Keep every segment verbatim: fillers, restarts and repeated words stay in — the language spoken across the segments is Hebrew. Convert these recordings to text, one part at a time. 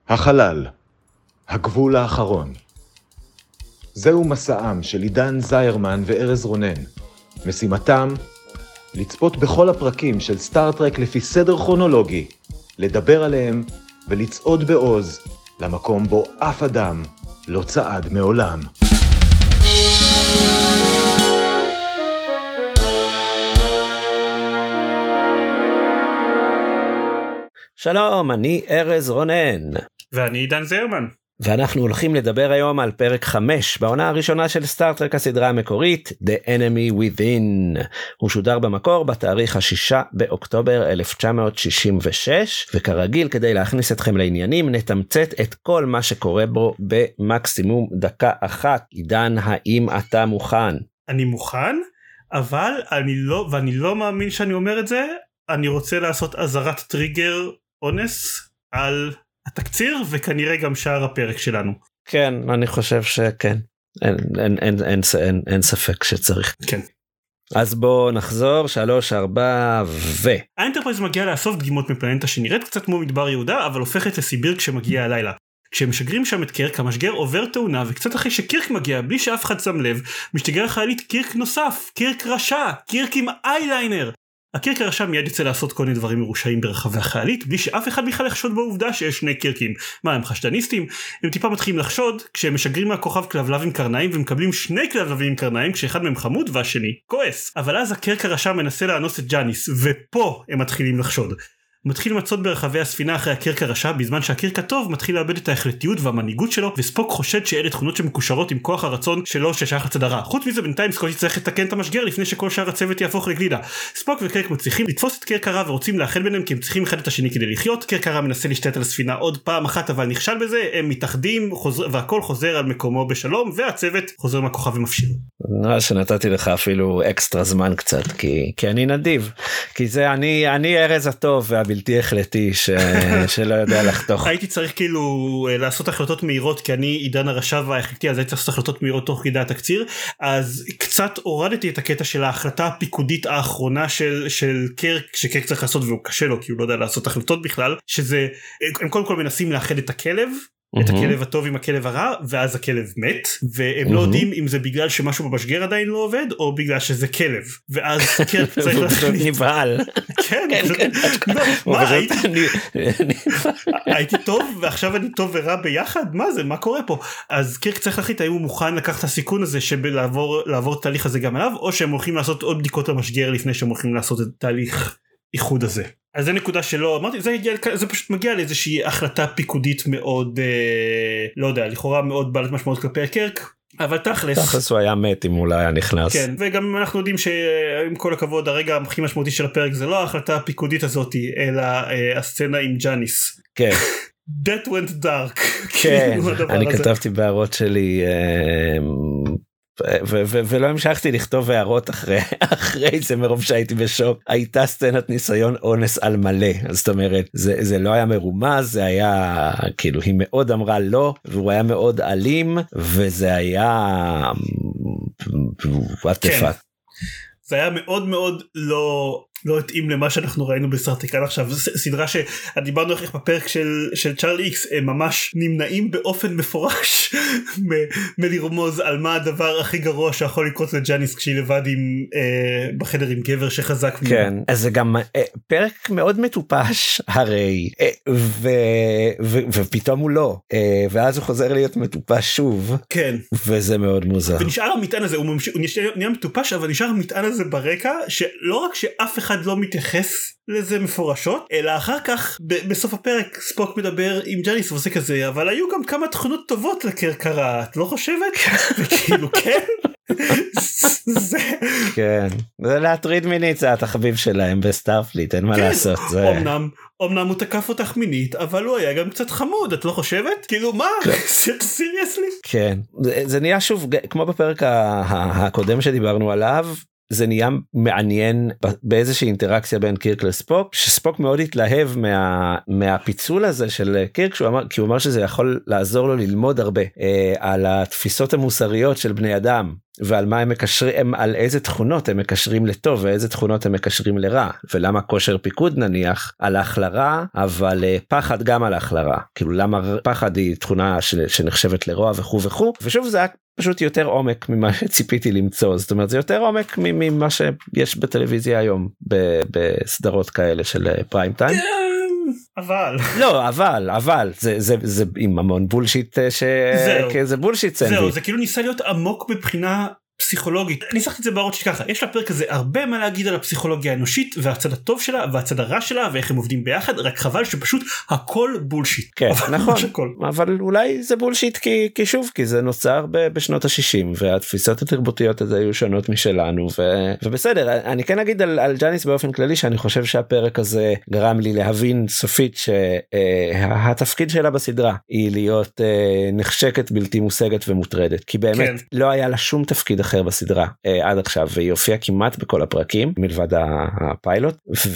החלל, הגבול האחרון. זהו מסעם של עידן זיירמן וארז רונן. משימתם, לצפות בכל הפרקים של סטארטרק לפי סדר כרונולוגי, לדבר עליהם ולצעוד בעוז למקום בו אף אדם לא צעד מעולם. שלום, אני ארז רונן. ואני עידן זיירמן. ואנחנו הולכים לדבר היום על פרק חמש בעונה הראשונה של סטארטרק הסדרה המקורית, The Enemy Within. הוא שודר במקור בתאריך השישה באוקטובר אלף תשע מאות שישים ושש, וכרגיל כדי להכניס אתכם לעניינים נתמצת את כל מה שקורה בו במקסימום דקה אחת. עידן, האם אתה מוכן? אני מוכן, אבל אני לא, ואני לא מאמין שאני אומר את זה, אני רוצה לעשות עזרת טריגר אונס על התקציר וכנראה גם שאר הפרק שלנו. כן, אני חושב שכן. אין, אין, אין, אין, אין, אין ספק שצריך. כן. אז בואו נחזור, שלוש, ארבע, ו... האנטרפרייז מגיע לאסוף דגימות מפלנטה שנראית קצת כמו מדבר יהודה, אבל הופכת לסיביר כשמגיע הלילה. כשהם משגרים שם את קירק, המשגר עובר תאונה, וקצת אחרי שקירק מגיע, בלי שאף אחד שם לב, משתגר החיילית קירק נוסף, קירק רשע, קירק עם אייליינר. הקירק הרשע מיד יצא לעשות כל מיני דברים מרושעים ברחבי החיילית, בלי שאף אחד בכלל יחשוד בעובדה שיש שני קירקים. מה, הם חשדניסטים? הם טיפה מתחילים לחשוד, כשהם משגרים מהכוכב כלבלב עם קרניים, ומקבלים שני כלבלבים עם קרניים, כשאחד מהם חמוד והשני כועס. אבל אז הקירק הרשע מנסה לאנוס את ג'אניס, ופה הם מתחילים לחשוד. הוא מתחיל למצות ברחבי הספינה אחרי הקירק הרשע, בזמן שהקירק הטוב מתחיל לאבד את ההחלטיות והמנהיגות שלו, וספוק חושד שאלה תכונות שמקושרות עם כוח הרצון שלו ששייך לצד הרע. חוץ מזה, בינתיים סקוטי צריך לתקן את המשגר לפני שכל שאר הצוות יהפוך לגלידה. ספוק וקירק מצליחים לתפוס את קירק הרע ורוצים לאחד ביניהם, כי הם צריכים אחד את השני כדי לחיות. קירק הרע מנסה להשתלט על הספינה עוד פעם אחת, אבל נכשל בזה. הם מתאחדים חוזר, והכל חוזר על מקומו בשלום, והצוות חוזר מהכוכב ומפשיר. נראה שנתתי לך אפילו אקסטרה זמן קצת, כי, כי אני נדיב. כי זה אני, אני ארז הטוב והבלתי החלטי ש... שלא יודע לחתוך. הייתי צריך כאילו לעשות החלטות מהירות, כי אני עידן הרשע וההחלטי, אז הייתי צריך לעשות החלטות מהירות תוך כדי התקציר, אז קצת הורדתי את הקטע של ההחלטה הפיקודית האחרונה של, של קירק, שקירק צריך לעשות והוא קשה לו, כי הוא לא יודע לעשות החלטות בכלל, שזה, הם קודם כל מנסים לאחד את הכלב, את הכלב הטוב עם הכלב הרע, ואז הכלב מת, והם לא יודעים אם זה בגלל שמשהו במשגר עדיין לא עובד, או בגלל שזה כלב, ואז קירק צריך להחליט. נבהל. כן, הייתי טוב, ועכשיו אני טוב ורע ביחד, מה זה, מה קורה פה? אז קירק צריך להחליט האם הוא מוכן לקחת את הסיכון הזה, לעבור את התהליך הזה גם עליו, או שהם הולכים לעשות עוד בדיקות למשגר, לפני שהם הולכים לעשות את תהליך איחוד הזה. אז זה נקודה שלא אמרתי, זה, הגיע, זה פשוט מגיע לאיזושהי החלטה פיקודית מאוד, אה, לא יודע, לכאורה מאוד בעלת משמעות כלפי הקירק, אבל תכלס. תכלס הוא היה מת אם הוא לא היה נכנס. כן, וגם אנחנו יודעים שעם כל הכבוד, הרגע הכי משמעותי של הפרק זה לא ההחלטה הפיקודית הזאת, אלא אה, הסצנה עם ג'אניס. כן. That went dark. כן, אני כתבתי בהערות שלי, אה, ולא המשכתי לכתוב הערות אחרי אחרי זה מרוב שהייתי בשוק. הייתה סצנת ניסיון אונס על מלא, אז זאת אומרת זה זה לא היה מרומז, זה היה כאילו היא מאוד אמרה לא, והוא היה מאוד אלים, וזה היה what the fuck. זה היה מאוד מאוד לא לא התאים למה שאנחנו ראינו בסטארטרק עכשיו. סדרה שדיברנו איך בפרק של של צ'ארלי איקס, הם ממש נמנעים באופן מפורש מלרמוז על מה הדבר הכי גרוע שיכול לקרות לג'אניס כשהיא לבד עם אה, בחדר עם גבר שחזק. כן, אז זה גם אה, פרק מאוד מטופש הרי, אה, ו, ו, ופתאום הוא לא, אה, ואז הוא חוזר להיות מטופש שוב. כן. וזה מאוד מוזר. ונשאר המטען הזה, הוא, ממש, הוא נהיה מטופש, אבל נשאר המטען הזה ברקע, שלא רק שאף אחד לא מתייחס לזה מפורשות, אלא אחר כך ב- בסוף הפרק ספוק מדבר עם ג'אניס ועושה כזה, אבל היו גם כמה תכונות טובות לקירק הרע, את לא חושבת? וכאילו כן? זה... כן, זה להטריד מינית, זה התחביב שלהם בסטארפליט, אין מה לעשות. אמנם, אמנם הוא תקף אותך מינית, אבל הוא היה גם קצת חמוד, את לא חושבת? כאילו מה? סיריוסלי? כן, זה נהיה שוב, כמו בפרק הקודם שדיברנו עליו, זה נהיה מעניין באיזושהי אינטראקציה בין קירק לספוק, שספוק מאוד התלהב מה, מהפיצול הזה של קירק, שהוא אמר, כי הוא אמר שזה יכול לעזור לו ללמוד הרבה אה, על התפיסות המוסריות של בני אדם, ועל מה הם מקשרים, על איזה תכונות הם מקשרים לטוב ואיזה תכונות הם מקשרים לרע, ולמה כושר פיקוד נניח הלך לרע, אבל פחד גם הלך לרע, כאילו למה פחד היא תכונה שנחשבת לרוע וכו' וכו', ושוב זה היה פשוט יותר עומק ממה שציפיתי למצוא, זאת אומרת זה יותר עומק ממה שיש בטלוויזיה היום בסדרות כאלה של פריים טיים. אבל לא אבל אבל זה זה זה עם המון בולשיט שזה בולשיט סנדוויץ'. זהו, זה כאילו ניסה להיות עמוק מבחינה פסיכולוגית. אני אשחק את זה בערות שככה, יש לפרק הזה הרבה מה להגיד על הפסיכולוגיה האנושית והצד הטוב שלה והצד הרע שלה ואיך הם עובדים ביחד, רק חבל שפשוט הכל בולשיט. כן, נכון, אבל אולי זה בולשיט כי, כי שוב, כי זה נוצר בשנות ה-שישים והתפיסות התרבותיות הזה היו שונות משלנו ו, ובסדר, אני כן אגיד על, על ג'אניס באופן כללי שאני חושב שהפרק הזה גרם לי להבין סופית שהתפקיד שלה בסדרה היא להיות נחשקת בלתי מושגת ומוטרדת, כי באמת כן. לא היה לה שום תפקיד אחר בסדרה אה, עד עכשיו, והיא הופיעה כמעט בכל הפרקים מלבד הפיילוט,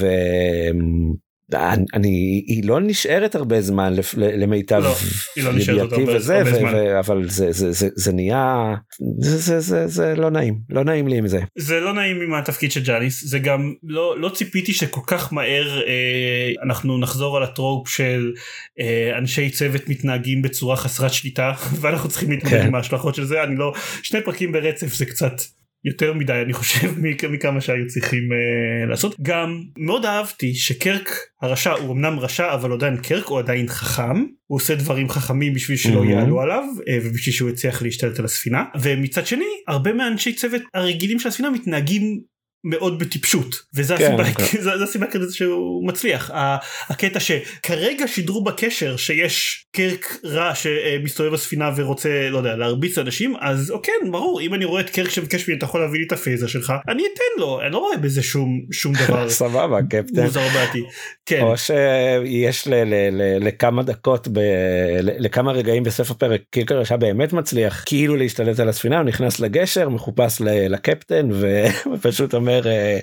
ואני היא לא נשארת הרבה זמן למיטב לא, היא לא נשארת הרבה, וזה, הרבה זמן. ו, אבל זה, זה, זה, זה נהיה זה, זה, זה, זה לא נעים, לא נעים לי עם זה. זה לא נעים עם התפקיד של ג'אניס, זה גם לא, לא ציפיתי שכל כך מהר אה, אנחנו נחזור על הטרופ של אה, אנשי צוות מתנהגים בצורה חסרת שליטה, ואנחנו צריכים להתמודד כן. עם ההשלכות של זה. אני לא, שני פרקים ברצף זה קצת יותר מדי אני חושב מכמה שהיו צריכים uh, לעשות. גם מאוד אהבתי שקרק הרשע הוא אמנם רשע אבל עדיין קרק, הוא עדיין חכם, הוא עושה דברים חכמים בשביל שלא יעלו עליו uh, ובשביל שהוא יצליח להשתלט על הספינה, ומצד שני הרבה מהאנשי צוות הרגילים של הספינה מתנהגים מאוד בטיפשות, וזה כן, הסיבה, כן. זה, זה הסיבה כזה שהוא מצליח. הקטע שכרגע שידרו בקשר שיש קרק רע שמסתובב בספינה ורוצה, לא יודע, להרביץ אנשים, אז אוקיי, ברור, אם אני רואה את קרק שבקש ממני, אתה יכול להביא לי את הפייזר שלך, אני אתן לו, אני לא רואה בזה שום, שום דבר סבבה, קפטן. מוזר בעתי. כן. או שיש ל, ל, ל, לכמה דקות, ב, ל, לכמה רגעים בסוף הפרק, קרק הרשע באמת מצליח כאילו להשתלט על הספינה, הוא נכנס לגשר, מחופש לקפטן, ופשוט אומר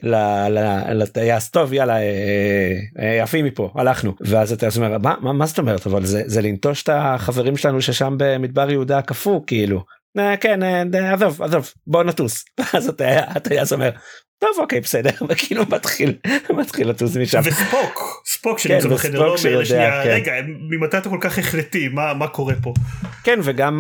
לטייס, טוב יאללה יפים מפה, הלכנו, ואז אתה אומר מה זאת אומרת, אבל זה לנטוש את החברים שלנו ששם במדבר יהודה הקפוא, כאילו כן עזוב עזוב בוא נטוס, אז הטייס אומר טוב אוקיי בסדר, וכאילו מתחיל מתחיל לטוס משם. וספוק ספוק שנמצא בחדר לא אומר לשנייה רגע ממתי אתה כל כך החלטי, מה קורה פה? כן, וגם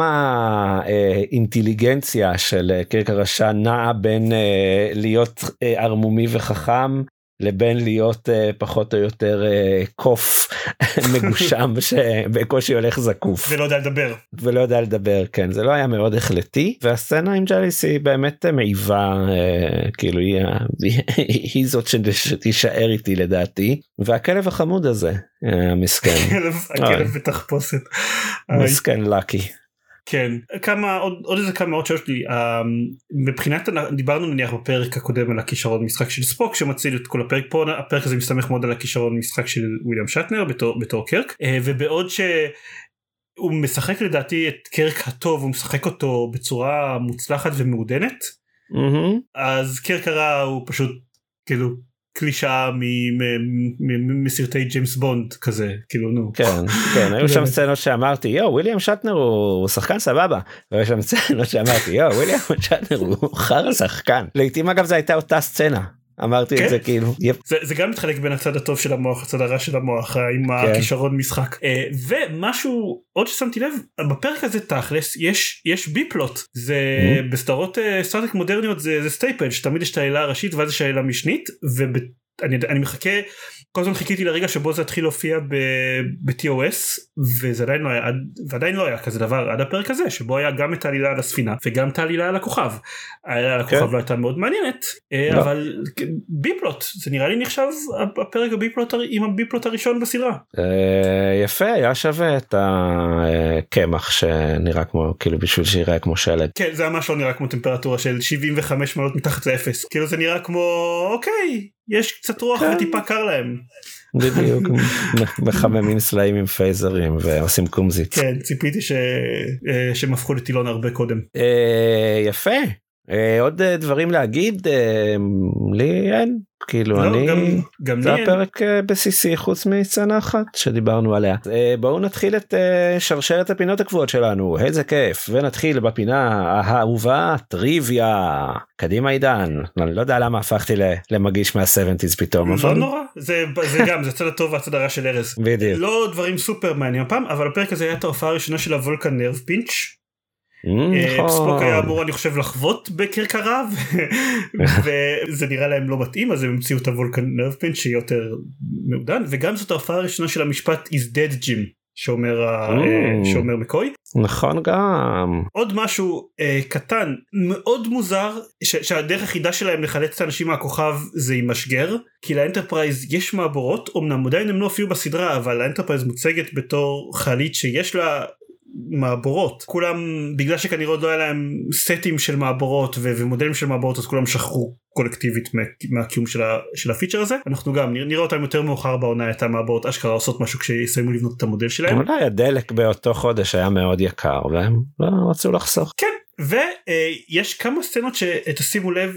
האינטליגנציה של קרק הרשע נעה בין להיות ערמומי וחכם לבין להיות פחות או יותר קוף מגושם שבקושי הולך זקוף ולא יודע לדבר ולא יודע לדבר. כן, זה לא היה מאוד החלטי, והסצנה עם ג'אניס היא באמת מעיבה, כאילו היא, היא זאת שתישאר איתי לדעתי, והכלב החמוד הזה מסכן, הכלב בתחפושת מסכן לקי. כן, כמה, עוד, עוד איזה כמה עוד שיש לי, uh, מבחינת, דיברנו נניח בפרק הקודם על הכישרון משחק של ספוק, שמציל את כל הפרק פה, הפרק הזה מסתמך מאוד על הכישרון משחק של וויליאם שטנר בתור, בתור קרק, uh, ובעוד שהוא משחק לדעתי את קרק הטוב, הוא משחק אותו בצורה מוצלחת ומעודנת, mm-hmm. אז קרק הרע הוא פשוט כאילו, קלישה מסרטי ג'יימס בונד כזה, כאילו נו. כן, כן, היו שם סצנות שאמרתי, יו, וויליאם שטנר הוא שחקן סבבה, והיו שם סצנות שאמרתי, יו, וויליאם שטנר הוא חר שחקן. לעתים אגב זה הייתה אותה סצנה, אמרתי את זה כאילו. זה גם מתחלק בין הצד הטוב של המוח, הצד הרע של המוח, עם הכישרון משחק. ומשהו, עוד ששמתי לב, בפרק הזה תכלס, יש בי-פלוט, זה בסדרות סטארט-טרק מודרניות, זה סטייפל, שתמיד יש את העילה הראשית, ואז יש העילה משנית, ואני מחכה, כל הזמן חיכיתי לרגע שבו זה התחיל להופיע ב-טי או אס, וזה עדיין לא היה, ועדיין לא היה כזה דבר עד הפרק הזה, שבו היה גם את העלילה על הספינה, וגם את העלילה על הכוכב. העלילה על הכוכב לא הייתה מאוד מעניינת, אבל בי-פלוט, זה נראה לי נחשב הפרק הבי-פלוט עם הבי-פלוט הראשון בסדרה. יפה, היה שווה את הקמח שנראה כמו, כאילו בשביל שיראה כמו שלד. כן, זה ממש לא נראה כמו טמפרטורה של שבעים וחמש מעלות מתחת לאפס, כאילו זה נראה כמו, אוקיי, יש קצת רוח וטיפה קר להם. בדיוק, מחממים סלעים עם פייזרים ועושים קומזית. כן, ציפיתי שהם הפכו לטילון הרבה קודם. יפה, עוד דברים להגיד? לי אין. כאילו לא, אני, גם, גם זה לי הפרק אין. בסיסי חוץ מסצנה אחת שדיברנו עליה. בואו נתחיל את שרשרת הפינות הקבועות שלנו, איזה כיף, ונתחיל בפינה האהובה טריוויה. קדימה עידן, אני לא יודע למה הפכתי למגיש מה-שבעים פתאום. לא אבל... נורא, זה, זה גם, זה הצד הטוב והצד הרע של ארז. בדיוק. לא דברים סופר מעניינים הפעם, אבל הפרק הזה היה את ההופעה הראשונה של הוולקן נרב פינץ'. ספוק היה אמור אני חושב לחוות בקרקרה וזה נראה להם לא מתאים, אז הם המציאו את הוולקן נרב פינץ' שהיא יותר מעודן, וגם זאת ההופעה הראשונה של המשפט is dead Jim שאומר שאומר מקוי. נכון. גם עוד משהו קטן מאוד מוזר, שהדרך היחידה שלהם לחלץ את האנשים מהכוכב זה עם משגר, כי לאנטרפרייז יש מעבורות, אמנם עדיין הם לא הופיעו בסדרה, אבל האנטרפרייז מוצגת בתור חללית שיש לה מעבורות. כולם, בגלל שכנראה עוד לא היה להם סטים של מעבורות ו- ומודלים של מעבורות, אז כולם שכחו קולקטיבית מה- מהקיום של, ה- של הפיצ'ר הזה. אנחנו גם נראה אותם יותר מאוחר בעונה את המעבורות אשכרה עושות משהו כשיסיימו לבנות את המודל שלהם. אולי הדלק באותו חודש היה מאוד יקר והם לא רצו לחסוך. כן. ויש כמה סצנות שתשימו לב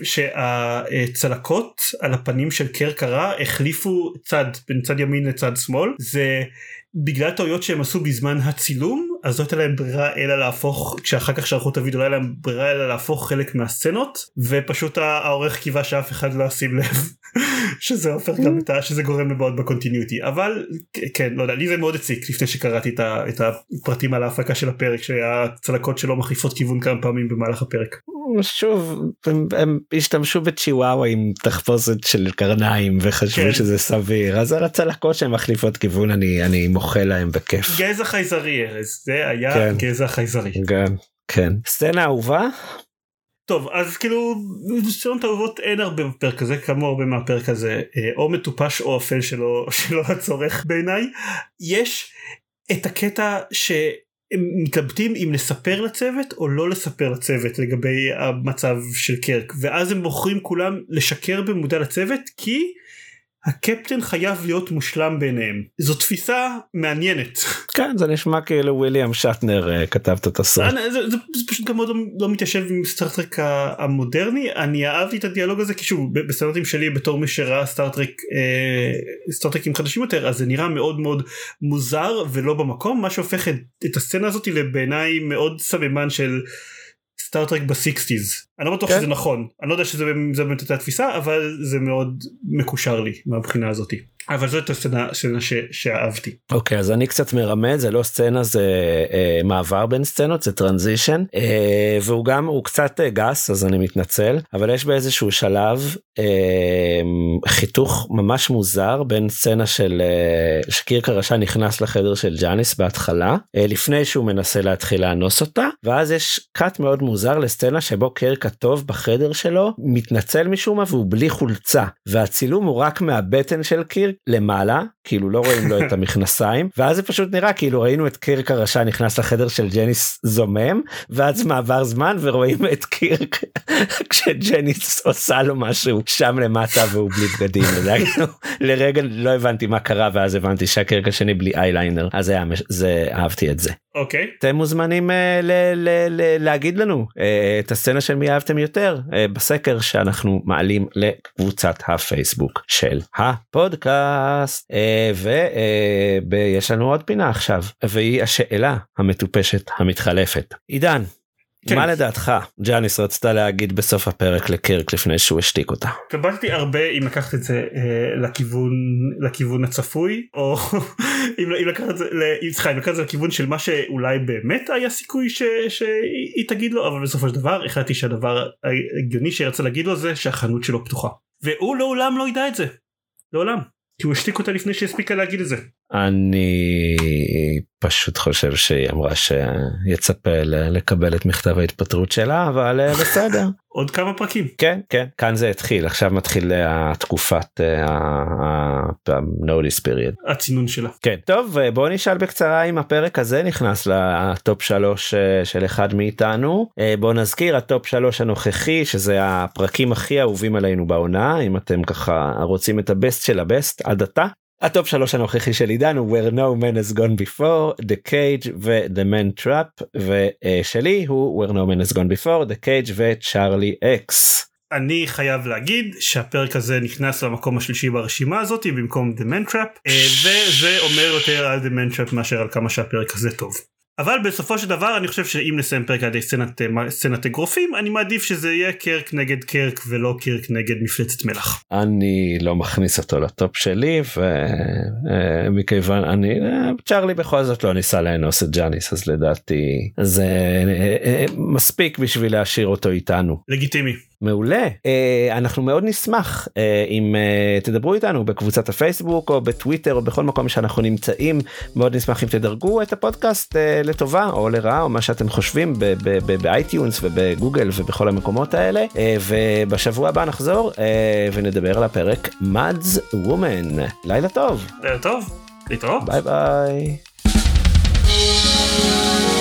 שהצלקות על הפנים של קרקרה החליפו צד בין צד ימין לצד שמאל, זה בגלל טעויות שהם עשו בזמן הצילום, אז לא הייתה להם ברירה אלא להפוך, כשאחר כך שערכו את הוידאו לא היה להם ברירה אלא להפוך חלק מהסצנות, ופשוט העורך קיווה שאף אחד לא ישים לב שזה הופך גם את ה... שזה גורם לבעיות בקונטיניוטי. אבל כן, לא יודע, לי זה מאוד הציק לפני שקראתי את הפרטים על ההפקה של הפרק, שהצלקות שלו מחליפות כיוון כמה פעמים במהלך הפרק. שוב, הם, הם השתמשו בצ'יוואווה עם תחפושת של קרניים וחשבו כן. שזה סביר, אז על הצלקות שהן מחליפות כיוון אני, אני מוחה להם בכיף. גזע חייזרי ארז, זה היה כן. גזע חייזרי. כן, כן. סצנה אהובה? טוב, אז כאילו סצנות אהובות אין הרבה בפרק הזה, כמו הרבה מהפרק הזה, או מטופש או אפל שלא, שלא הצורך בעיניי. יש את הקטע ש... הם מתלבטים אם לספר לצוות או לא לספר לצוות לגבי המצב של קרק, ואז הם בוחרים כולם לשקר במודע לצוות כי הקפטן חייב להיות מושלם ביניהם. זו תפיסה מעניינת. כן, זה נשמע כאילו וויליאם שטנר כתב את התסריט. זה, זה, זה פשוט גם מאוד לא, לא מתיישב עם סטארטרק המודרני. אני אהבתי את הדיאלוג הזה כי שוב בסטארטרים שלי בתור מי שראה סטארטרק אה, סטארטרקים חדשים יותר, אז זה נראה מאוד מאוד מוזר ולא במקום, מה שהופך את, את הסצנה הזאת לבעיניי מאוד סממן של סטארטרק בסיקסטיז. אני לא בטוח שזה נכון, אני לא יודע שזה באמת הייתה התפיסה, אבל זה מאוד מקושר לי מהבחינה הזאת. אבל זאת הסצנה שאהבתי. אוקיי, אז אני קצת מרמד, זה לא סצנה, זה אה, מעבר בין סצנות, זה טרנזישן, אה, והוא גם, הוא קצת אה, גס, אז אני מתנצל, אבל יש באיזשהו שלב אה, חיתוך ממש מוזר בין סצנה של אה, שקירק הרשע נכנס לחדר של ג'אניס בהתחלה, אה, לפני שהוא מנסה להתחיל לאנוס אותה, ואז יש קאט מאוד מוזר לסצנה שבו קירק הטוב בחדר שלו מתנצל משום מה והוא בלי חולצה, והצילום הוא רק מהבטן של קירק למעלה, כאילו לא רואים לו את המכנסיים, ואז זה פשוט נראה כאילו ראינו את קירק הרשע נכנס לחדר של ג'ניס זומם, ואז מעבר זמן ורואים את קירק כשג'ניס עושה לו משהו שם למטה והוא בלי בגדים. לרגע לא הבנתי מה קרה, ואז הבנתי שהקירק השני בלי אייליינר, אז זה, זה, אהבתי את זה. אוקיי. אתם מוזמנים uh, ל- ל- ל- להגיד לנו uh, את הסצנה של מי אהבתם יותר uh, בסקר שאנחנו מעלים לקבוצת הפייסבוק של הפודקאסט, uh, ויש uh, לנו עוד פינה עכשיו, והיא השאלה המטופשת המתחלפת. עידן, כן. מה לדעתך ג'אניס רצתה להגיד בסוף הפרק לקירק לפני שהוא השתיק אותה? התלבטתי הרבה אם לקחת את זה אה, לכיוון לכיוון הצפוי, או אם, אם לקחת את זה אם צריכה, אם לקחת את זה לכיוון של מה שאולי באמת היה סיכוי ש, שהיא תגיד לו, אבל בסופו של דבר החלטתי שהדבר הגיוני שרצה להגיד לו זה שהחנות שלו פתוחה, והוא לעולם לא ידע את זה, לעולם, כי הוא השתיק אותה לפני שהספיקה להגיד את זה. אני פשוט חושב שהיא אמרה שיצפה לקבל את מכתב ההתפטרות שלה, אבל בסדר. עוד כמה פרקים. כן, כן, כאן זה התחיל, עכשיו מתחיל התקופת ה-notice period. הצינון שלה. כן, טוב, בואו נשאל בקצרה אם הפרק הזה נכנס לטופ שלוש של אחד מאיתנו. בואו נזכיר, הטופ שלוש הנוכחי, שזה הפרקים הכי אהובים עלינו בעונה, אם אתם ככה רוצים את הבסט של הבסט עד עתה. הטופ שלוש הנוכחי של עידן הוא Where No Man Has Gone Before, The Cage ו-The Man Trap, ושלי הוא Where No Man Has Gone Before, The Cage ו-Charlie X. אני חייב להגיד שהפרק הזה נכנס למקום השלישי ברשימה הזאת במקום The Man Trap, וזה אומר יותר על The Man Trap מאשר על כמה שהפרק הזה טוב. אבל בסופו של דבר אני חושב שאם נסיים פרק עד סצנת, סצנת אגרופים, אני מעדיף שזה יהיה קרק נגד קרק ולא קרק נגד מפלצת מלח. אני לא מכניס אותו לטופ שלי, ומכיוון אני, צ'רלי בכל זאת לא ניסה לאנוס את ג'אניס, אז לדעתי זה מספיק בשביל להשאיר אותו איתנו. לגיטימי. מעולה. אנחנו מאוד נשמח אם תדברו איתנו בקבוצת הפייסבוק או בטוויטר או בכל מקום שאנחנו נמצאים. מאוד נשמח אם תדרגו את הפודקאסט לטובה או לרעה או מה שאתם חושבים באייטיונס ובגוגל ובכל המקומות האלה. ובשבוע הבא נחזור ונדבר על הפרק Mad's Woman. לילה טוב. לילה טוב. להתראות. ביי ביי.